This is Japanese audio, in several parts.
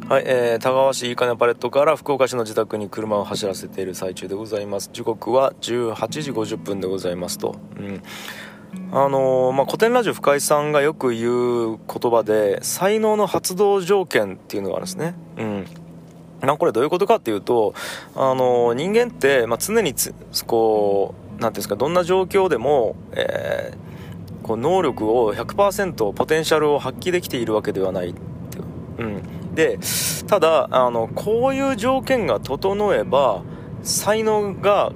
はい、田川市いいかねパレットから福岡市の自宅に車を走らせている最中でございます。時刻は18時50分でございますと。古典ラジオ深井さんがよく言う言葉で才能の発動条件っていうのがあるんですね。これどういうことかっていうと、人間って、常にこうなんていうんですか、どんな状況でも、こう能力を 100% ポテンシャルを発揮できているわけではないっていう。でただこういう条件が整えば才能が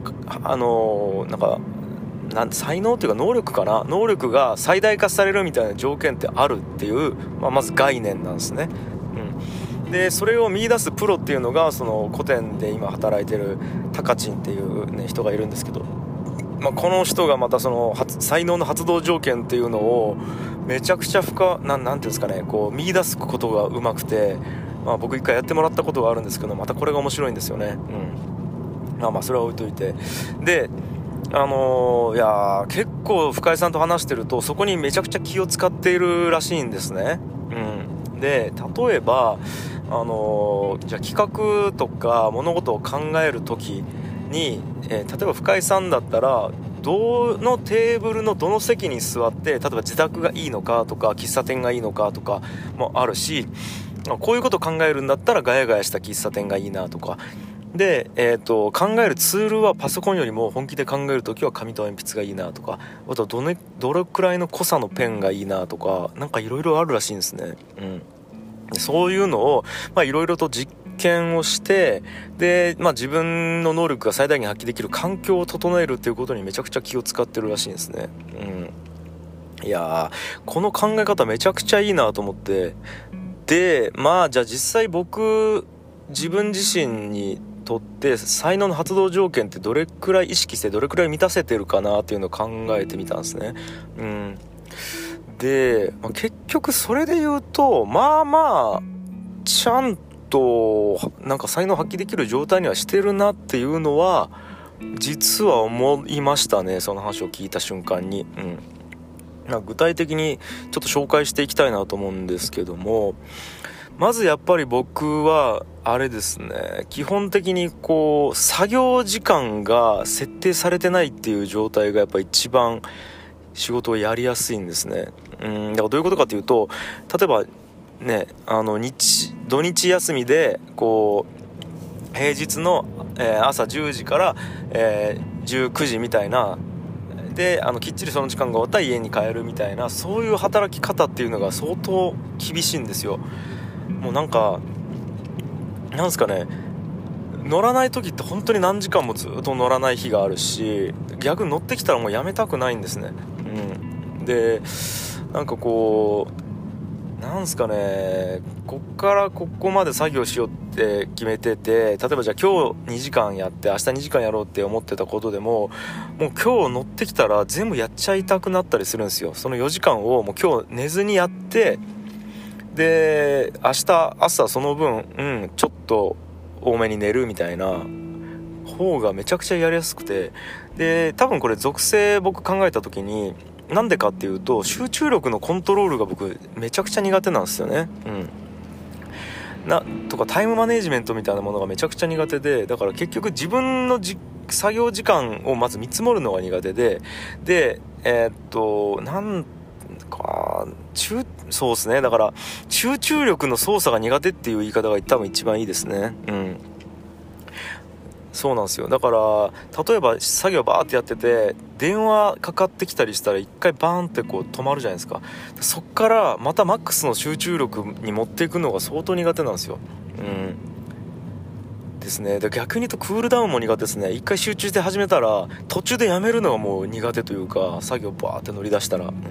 才能というか能力が最大化されるみたいな条件ってあるっていう、まず概念なんですね。でそれを見出すプロっていうのがその古典で今働いてるタカチンっていう、人がいるんですけど、この人がまたその才能の発動条件っていうのをめちゃくちゃなんていうんですかね、こう見出すことがうまくて、僕一回やってもらったことがあるんですけど、またこれが面白いんですよね。それは置いといて、でいや結構深井さんと話してるとそこにめちゃくちゃ気を使っているらしいんですね。で例えばじゃあ企画とか物事を考える時に、例えば深井さんだったらどのテーブルのどの席に座って例えば自宅がいいのかとか喫茶店がいいのかとかもあるし、こういうことを考えるんだったらガヤガヤした喫茶店がいいなとかで、考えるツールはパソコンよりも本気で考えるときは紙と鉛筆がいいなとか、あとどれくらいの濃さのペンがいいなとか、なんかいろいろあるらしいんですね。そういうのをいろいろと実験をしてで、自分の能力が最大限発揮できる環境を整えるっていうことにめちゃくちゃ気を使ってるらしいんですね。いやーこの考え方めちゃくちゃいいなと思って、でじゃあ実際自分自身にとって才能の発動条件ってどれくらい意識してどれくらい満たせてるかなっていうのを考えてみたんですね。で、結局それで言うとちゃんとなんか才能発揮できる状態にはしてるなっていうのは実は思いましたね、その話を聞いた瞬間に。具体的にちょっと紹介していきたいなと思うんですけども、まずやっぱり僕はあれですね、基本的にこう作業時間が設定されてないっていう状態がやっぱ一番仕事をやりやすいんですね。だからどういうことかというと、例えばね土日休みでこう平日の、朝10時から、19時みたいなできっちりその時間が終わったら家に帰るみたいな、そういう働き方っていうのが相当厳しいんですよ。もうなんすかね、乗らない時って本当に何時間もずっと乗らない日があるし、逆に乗ってきたらもうやめたくないんですね。でなんかこうなんすかね、こっからここまで作業しようって決めてて、例えばじゃあ今日2時間やって明日2時間やろうって思ってたことでもう今日乗ってきたら全部やっちゃいたくなったりするんですよ。その4時間をもう今日寝ずにやって、で明日朝その分ちょっと多めに寝るみたいな方がめちゃくちゃやりやすくて、で多分これ属性僕考えた時になんでかっていうと集中力のコントロールが僕めちゃくちゃ苦手なんですよね。とかタイムマネジメントみたいなものがめちゃくちゃ苦手で、だから結局自分の作業時間をまず見積もるのが苦手で、そうですね、だから集中力の操作が苦手っていう言い方が多分一番いいですね。そうなんですよ。だから例えば作業バーってやってて電話かかってきたりしたら一回バーンってこう止まるじゃないですか。そっからまたマックスの集中力に持っていくのが相当苦手なんですよ。ですね。で逆に言うとクールダウンも苦手ですね。一回集中して始めたら途中でやめるのがもう苦手というか、作業バーって乗り出したら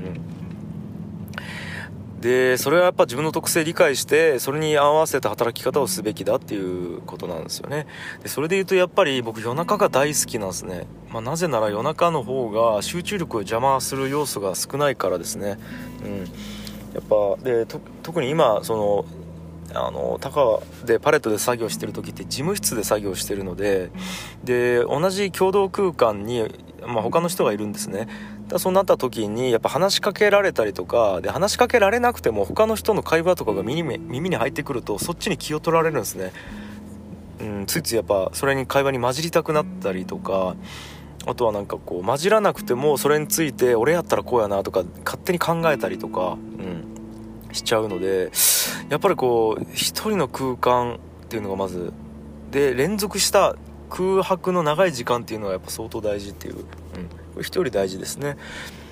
でそれはやっぱ自分の特性理解してそれに合わせた働き方をすべきだっていうことなんですよね。でそれで言うとやっぱり僕夜中が大好きなんですね。なぜなら夜中の方が集中力を邪魔する要素が少ないからですね。やっぱで特に今その高でパレットで作業してる時って事務室で作業してるので、同じ共同空間に、他の人がいるんですね。 そうなった時にやっぱ話しかけられたりとかで、話しかけられなくても他の人の会話とかが耳に入ってくるとそっちに気を取られるんですね。ついついやっぱそれに会話に混じりたくなったりとか、あとはなんかこう混じらなくてもそれについて俺やったらこうやなとか勝手に考えたりとか、しちゃうので、やっぱりこう一人の空間っていうのがまずで、連続した空白の長い時間っていうのはやっぱ相当大事っていう、これ一人大事ですね。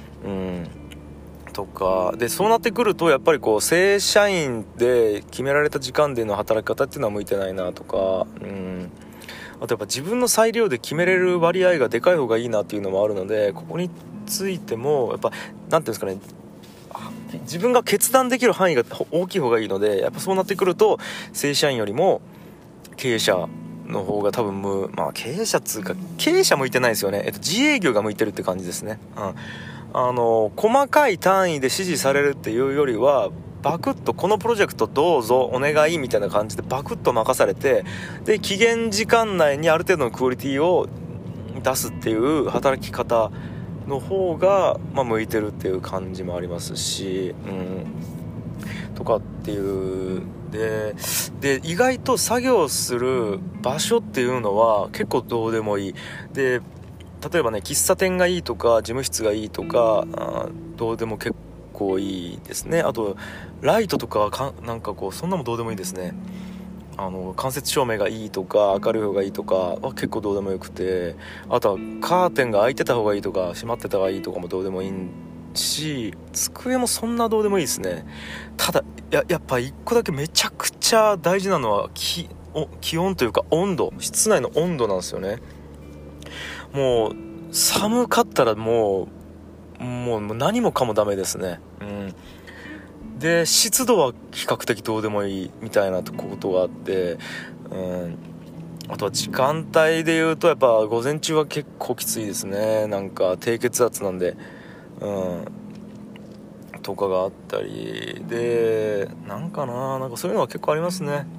とかで、そうなってくるとやっぱりこう正社員で決められた時間での働き方っていうのは向いてないなとか、あとやっぱ自分の裁量で決めれる割合がでかい方がいいなっていうのもあるので、ここについてもやっぱなんていうんですかね、自分が決断できる範囲が大きい方がいいので、やっぱそうなってくると正社員よりも経営者の方が多分経営者っつうか経営者向いてないですよね。自営業が向いてるって感じですね。細かい単位で指示されるっていうよりはバクッとこのプロジェクトどうぞお願いみたいな感じでバクッと任されて、で期限時間内にある程度のクオリティを出すっていう働き方の方が向いてるっていう感じもありますし、とかっていうで意外と作業する場所っていうのは結構どうでもいいで、例えばね喫茶店がいいとか事務室がいいとかどうでも結構いいですね。あとライトとかなんかこうそんなもどうでもいいですね。間接照明がいいとか明るい方がいいとかは結構どうでもよくて、あとはカーテンが開いてた方がいいとか閉まってた方がいいとかもどうでもいいし、机もそんなどうでもいいですね。ただやっぱ一個だけめちゃくちゃ大事なのは気温というか温度、室内の温度なんですよね。もう寒かったらもう何もかもダメですね。で湿度は比較的どうでもいいみたいなことがあって、あとは時間帯でいうとやっぱ午前中は結構きついですね。なんか低血圧なんで、とかがあったりで、なんかそういうのは結構ありますね。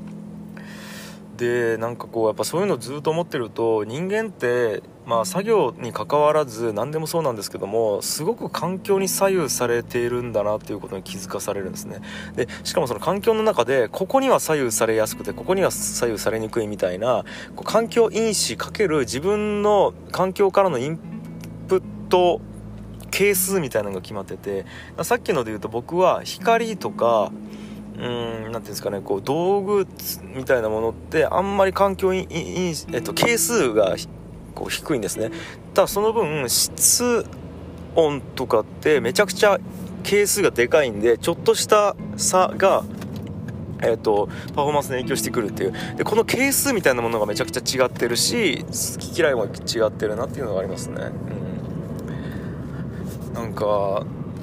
でなんかこうやっぱそういうのずっと思ってると、人間って作業に関わらず何でもそうなんですけども、すごく環境に左右されているんだなっていうことに気づかされるんですね。でしかもその環境の中でここには左右されやすくてここには左右されにくいみたいな環境因子かける自分の環境からのインプット係数みたいなのが決まってて、さっきので言うと僕は光とかなんていうんですかね、こう道具みたいなものってあんまり環境係数がこう低いんですね。ただその分室温とかってめちゃくちゃ係数がでかいんで、ちょっとした差がパフォーマンスに影響してくるっていう。でこの係数みたいなものがめちゃくちゃ違ってるし、好き嫌いも違ってるなっていうのがありますね。なんか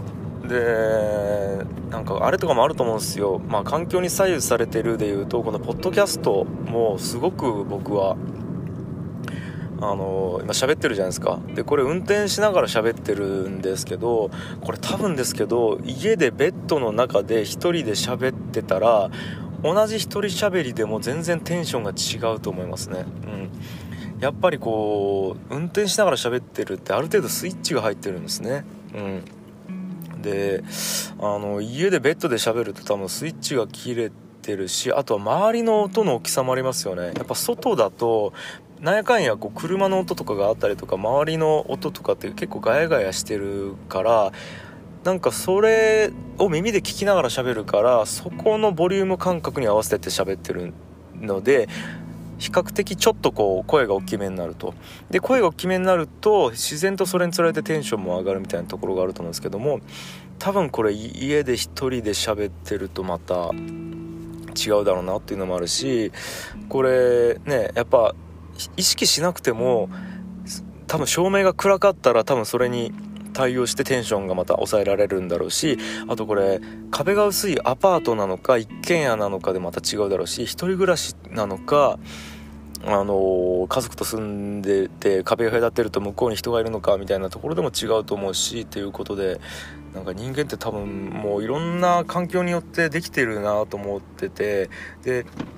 あれとかもあると思うんですよ。環境に左右されてるでいうと、このポッドキャストもすごく僕は今喋ってるじゃないですか。でこれ運転しながら喋ってるんですけど、これ多分ですけど家でベッドの中で一人で喋ってたら同じ一人喋りでも全然テンションが違うと思いますね。やっぱりこう運転しながら喋ってるってある程度スイッチが入ってるんですね。で家でベッドで喋ると多分スイッチが切れてるし、あとは周りの音の大きさもありますよね。やっぱ外だとなんやかんやこう車の音とかがあったりとか周りの音とかって結構ガヤガヤしてるから、なんかそれを耳で聞きながら喋るから、そこのボリューム感覚に合わせて喋ってるので比較的ちょっとこう声が大きめになると。で声が大きめになると自然とそれにつられてテンションも上がるみたいなところがあると思うんですけども、多分これ家で一人で喋ってるとまた違うだろうなっていうのもあるし、これねやっぱ意識しなくても多分照明が暗かったら多分それに対応してテンションがまた抑えられるんだろうし、あとこれ壁が薄いアパートなのか一軒家なのかでまた違うだろうし、一人暮らしなのか家族と住んでて壁が隔てると向こうに人がいるのかみたいなところでも違うと思うしっていうことで、なんか人間って多分もういろんな環境によってできてるなと思ってて、で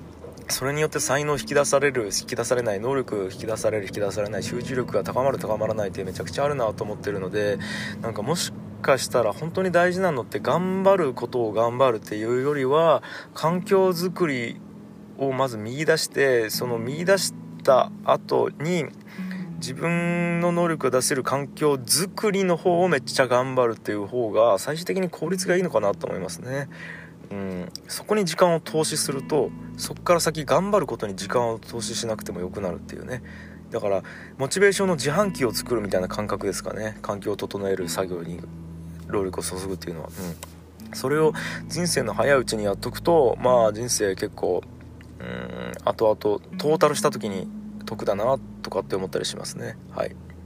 それによって才能引き出される引き出されない、能力引き出される引き出されない、集中力が高まる高まらないってめちゃくちゃあるなと思ってるので、なんかもしかしたら本当に大事なのって頑張ることを頑張るっていうよりは、環境づくりをまず見出して、その見出した後に自分の能力が出せる環境づくりの方をめっちゃ頑張るっていう方が最終的に効率がいいのかなと思いますね。そこに時間を投資すると、そこから先頑張ることに時間を投資しなくてもよくなるっていうね。だからモチベーションの自販機を作るみたいな感覚ですかね。環境を整える作業に労力を注ぐっていうのは、それを人生の早いうちにやっとくと、人生結構後々トータルした時に得だなとかって思ったりしますね。はい。